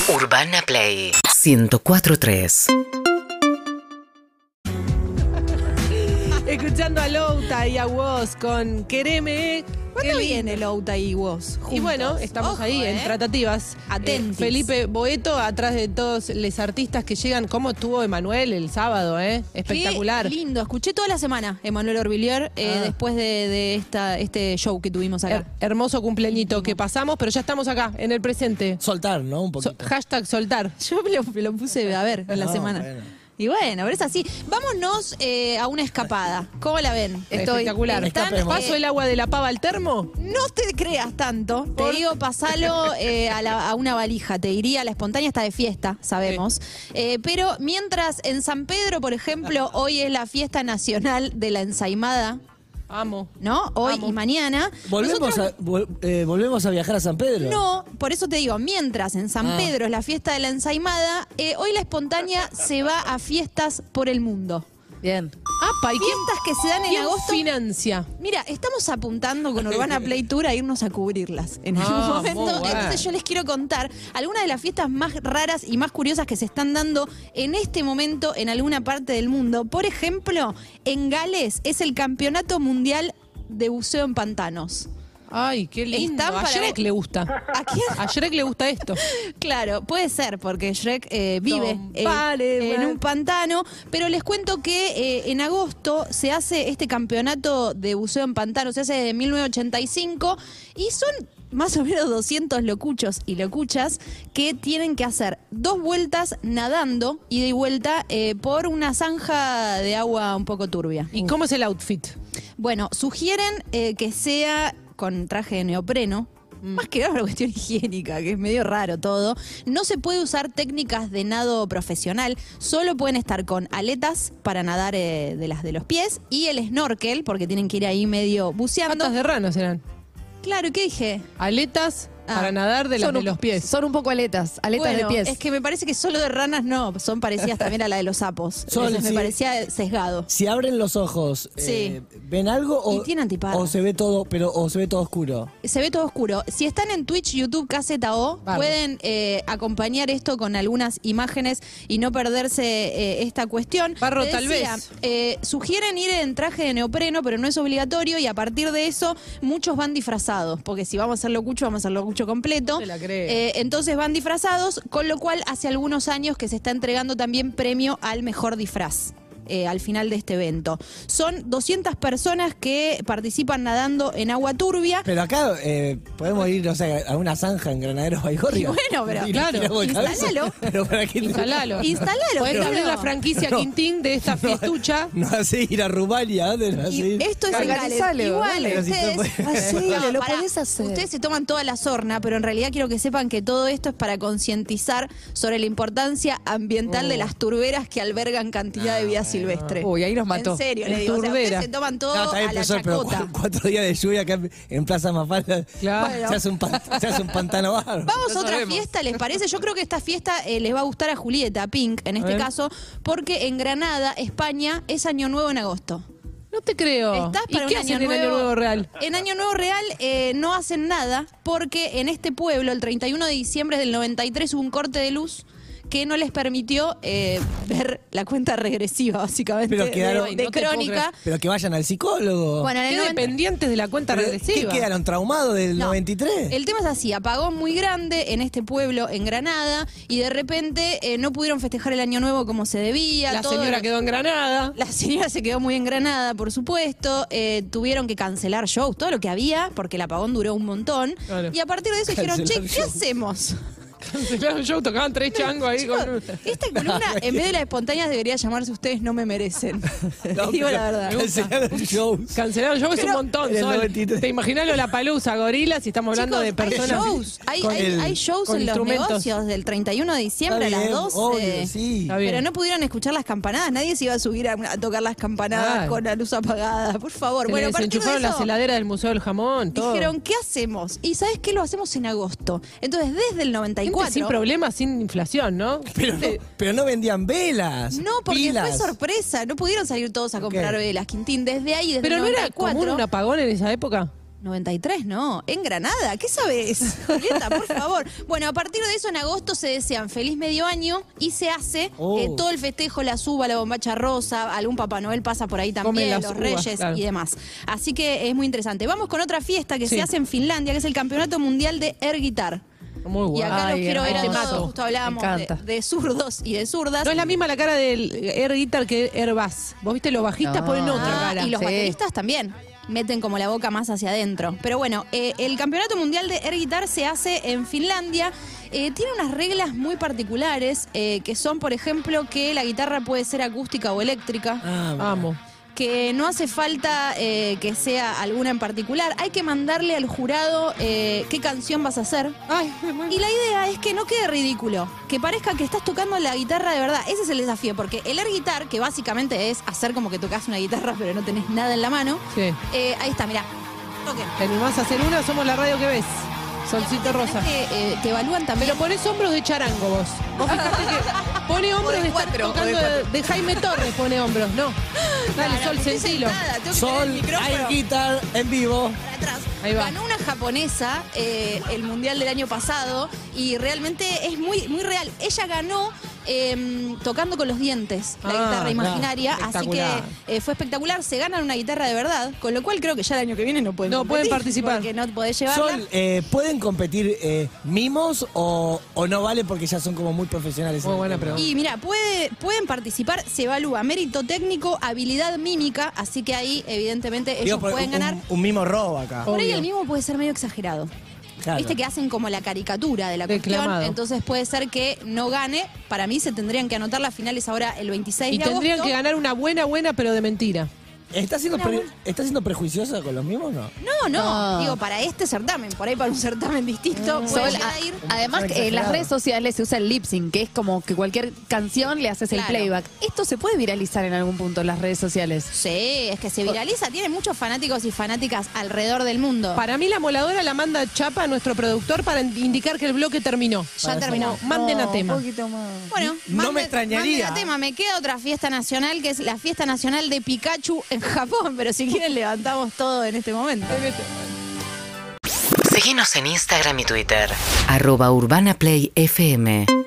Urbana Play 104.3. Escuchando a Louta y a Woz con Quereme. ¿Cuándo viene Louta y Woz? Y bueno, estamos ahí en tratativas. Atentis. Felipe Boeto, atrás de todos los artistas que llegan. ¿Cómo estuvo Emanuel el sábado? Espectacular. Qué lindo. Escuché toda la semana Emanuel Orbilier después de este show que tuvimos acá. Hermoso cumpleañito que pasamos, pero ya estamos acá, en el presente. Soltar, ¿no? Un poquito. Hashtag soltar. Yo me lo puse a ver en la semana. Bueno. Y bueno, pero es así. Vámonos a una escapada. ¿Cómo la ven? Espectacular. Escapemos. ¿Paso el agua de la pava al termo? No te creas tanto. Te digo, pasalo a una valija. Te diría, la espontánea está de fiesta, sabemos. Pero mientras en San Pedro, por ejemplo, hoy es la fiesta nacional de la ensaimada, Amo. ¿no? Hoy Amo. y mañana. ¿Volvemos a viajar a San Pedro? No, por eso te digo, mientras en San Pedro es la fiesta de la ensaimada, hoy la espontánea se va a fiestas por el mundo. Bien. Apa, ¿y Fiestas que se dan en quién agosto. financia? Mira, estamos apuntando con Urbana Play Tour a irnos a cubrirlas en algún momento. muy bueno. Entonces yo les quiero contar algunas de las fiestas más raras y más curiosas que se están dando en este momento en alguna parte del mundo. Por ejemplo, en Gales es el Campeonato Mundial de Buceo en Pantanos. Ay, qué lindo. Están A para- Shrek le gusta. ¿A quién? A Shrek le gusta esto. Claro, puede ser, porque Shrek vive Vale, en un pantano, pero les cuento que en agosto se hace este campeonato de buceo en pantano, se hace desde 1985 y son más o menos 200 locuchos y locuchas que tienen que hacer 2 vueltas nadando, ida y vuelta, por una zanja de agua un poco turbia. ¿Y cómo es el outfit? Bueno, sugieren que sea con traje de neopreno. Más que nada por cuestión higiénica, que es medio raro todo. No se puede usar técnicas de nado profesional, solo pueden estar con aletas para nadar de las de los pies y el snorkel, porque tienen que ir ahí medio buceando. Patas de ranas eran. Claro, ¿qué dije? Aletas para nadar de las de los pies. Son un poco aletas Bueno, de pies. es que me parece que solo de ranas no, son parecidas también a la de los sapos. Entonces me sí. parecía sesgado. Si abren los ojos, Sí. ¿ven algo Y tiene antiparras. o se ve todo, o se ve todo oscuro? Se ve todo oscuro. Si están en Twitch, YouTube, KZO, Vamos. pueden acompañar esto con algunas imágenes y no perderse esta cuestión. Barro, Te tal decía, sugieren ir en traje de neopreno, pero no es obligatorio y a partir de eso muchos van disfrazados, porque si vamos a hacer locucho, vamos a hacer locucho completo. Te la creo. Entonces van disfrazados, con lo cual hace algunos años que se está entregando también premio al mejor disfraz. Al final de este evento. Son 200 personas que participan nadando en agua turbia. Pero acá podemos ir, o sea, a una zanja en Granaderos Baigorria. Y bueno, pero Y claro, tiramos de cabeza. instálalo. Pero para qué Instalalo. Instalalo. Podés claro. abrir la franquicia No. Quintín de esta fiestucha. No hace ir a Rumania, ¿dónde no hace Y ir? esto es en Gales. Organizalo, Igual, dale. ustedes, Hacelo, lo pará. podés hacer. Ustedes se toman toda la sorna, pero en realidad quiero que sepan que todo esto es para concientizar sobre la importancia ambiental de las turberas que albergan cantidad de vida silvestre. Uy, ahí nos mató. En serio, le Es digo. O sea, turbera. ustedes se toman todo No, está bien, a la profesor, pero chacota. 4 días de lluvia acá en Plaza Mafalda. Claro. Bueno. Se hace un pantano bárbaro. Vamos Lo a otra sabemos. fiesta, ¿les parece? Yo creo que esta fiesta les va a gustar a Julieta Pink, en este ver. caso, porque en Granada, España, es Año Nuevo en agosto. No te creo. ¿Estás ¿Y para qué un hacen año en Año nuevo? Nuevo Real? En Año Nuevo Real no hacen nada porque en este pueblo, el 31 de diciembre del 93, hubo un corte de luz que no les permitió ver la cuenta regresiva, básicamente, Pero quedaron- de no te puedo Crónica. Pero que vayan al psicólogo. Bueno, en el Qué 90 dependientes de la cuenta Pero, regresiva. ¿Qué quedaron traumados del No. 93? El tema es así, apagón muy grande en este pueblo, en Granada, y de repente no pudieron festejar el Año Nuevo como se debía. La todo señora lo- quedó en Granada. La señora se quedó muy engranada, por supuesto. Tuvieron que cancelar shows, todo lo que había, porque el apagón duró un montón. Claro. Y a partir de eso dijeron, che, Cancelar ¿qué shows. hacemos? Cancelaron el show, tocaban 3 changos ahí con... Esta columna, en vez de las espontáneas, debería llamarse Ustedes no me merecen. Les digo la verdad. Cancelaron shows. Cancelaron show es un montón, en el Sol. 93. ¿Te imaginas la palusa, gorilas? Si estamos hablando Chicos, de personas... hay shows, con hay shows con en los instrumentos. negocios del 31 de diciembre Está a las bien, 12. obvio, sí. Está bien. Pero no pudieron escuchar las campanadas, nadie se iba a subir a tocar las campanadas Claro. con la luz apagada, por favor. Se Bueno, le a partir de desenchufaron las eso, heladeras del Museo del Jamón, todo. dijeron, ¿qué hacemos? Y ¿sabes qué? Lo hacemos en agosto. Entonces, desde el Gente 94... sin problemas, sin inflación, ¿no? Pero no vendían velas. No, porque pilas. fue sorpresa. No pudieron salir todos a comprar Ok. velas, Quintín. Desde ahí, desde Pero el no era 94. común un apagón en esa época. 93, no. En Granada, ¿qué sabes? Julieta, por favor. Bueno, a partir de eso, en agosto se desean feliz medio año y se hace todo el festejo, la uva, la bombacha rosa, algún Papá Noel pasa por ahí también, los uvas, Reyes claro. y demás. Así que es muy interesante. Vamos con otra fiesta que se hace en Finlandia, que es el Campeonato Mundial de Air Guitar. Muy Y guay. acá los quiero ver a Te todos, mato. justo hablábamos Me encanta. de zurdos y de zurdas. No es la misma la cara del air guitar que air bass. Vos viste, los bajistas No. ponen otra cara. Y los Sí. bateristas también meten como la boca más hacia adentro. Pero bueno, el Campeonato Mundial de Air Guitar se hace en Finlandia. Tiene unas reglas muy particulares, que son, por ejemplo, que la guitarra puede ser acústica o eléctrica. Amo. Que no hace falta que sea alguna en particular. Hay que mandarle al jurado qué canción vas a hacer. Ay, me muero. Y la idea es que no quede ridículo, que parezca que estás tocando la guitarra de verdad. Ese es el desafío, porque el air guitar, que básicamente es hacer como que tocas una guitarra pero no tenés nada en la mano, Sí. ahí está, mirá, toquen. ¿Te animás a hacer una? Somos la radio que ves. Solcito rosa. Te evalúan también. Pero ponés hombros de charango vos. Vos fijate que pone hombros de estar cuatro, tocando o de de Jaime Torres, pone hombros. No. Dale, Sol, sentilo. Sol, Air Guitar en vivo. Atrás. Ahí va. Ganó una japonesa el mundial del año pasado y realmente es muy, muy real. Ella ganó tocando con los dientes la guitarra claro. imaginaria, así Espectacular. que fue espectacular. Se ganan una guitarra de verdad, con lo cual creo que ya el año que viene no pueden No, pueden competir, participar. porque no podés llevarla. Sol, ¿pueden competir mimos o no vale porque ya son como muy profesionales? Muy en el buena tema? pregunta. Y mira, pueden participar, se evalúa mérito técnico, habilidad mímica, así que ahí evidentemente ellos Digo, pueden ganar. un mimo robo acá. Por ahí Obvio. el mismo puede ser medio exagerado. Claro. Viste que hacen como la caricatura de la Declamado. cuestión, entonces puede ser que no gane. Para mí se tendrían que anotar las finales ahora el 26 Y de tendrían agosto. que ganar una buena, pero de mentira. ¿Está siendo prejuiciosa con los mimos o no? No, No. digo, para este certamen, por ahí para un certamen distinto, puede Sol, llegar a ir. además, Son en las exagerados. redes sociales se usa el lip sync, que es como que cualquier canción le haces el Claro. playback. Esto se puede viralizar en algún punto en las redes sociales. Sí, es que se viraliza, tiene muchos fanáticos y fanáticas alrededor del mundo. Para mí la moladora la manda Chapa a nuestro productor para indicar que el bloque terminó. Ya terminó. Manden a tema. Un poquito más. Bueno, No me extrañaría. manden a tema. Me queda otra fiesta nacional, que es la fiesta nacional de Pikachu en Japón, pero si quieren levantamos todo en este momento. Síguenos en Instagram y Twitter. @UrbanaPlayFM.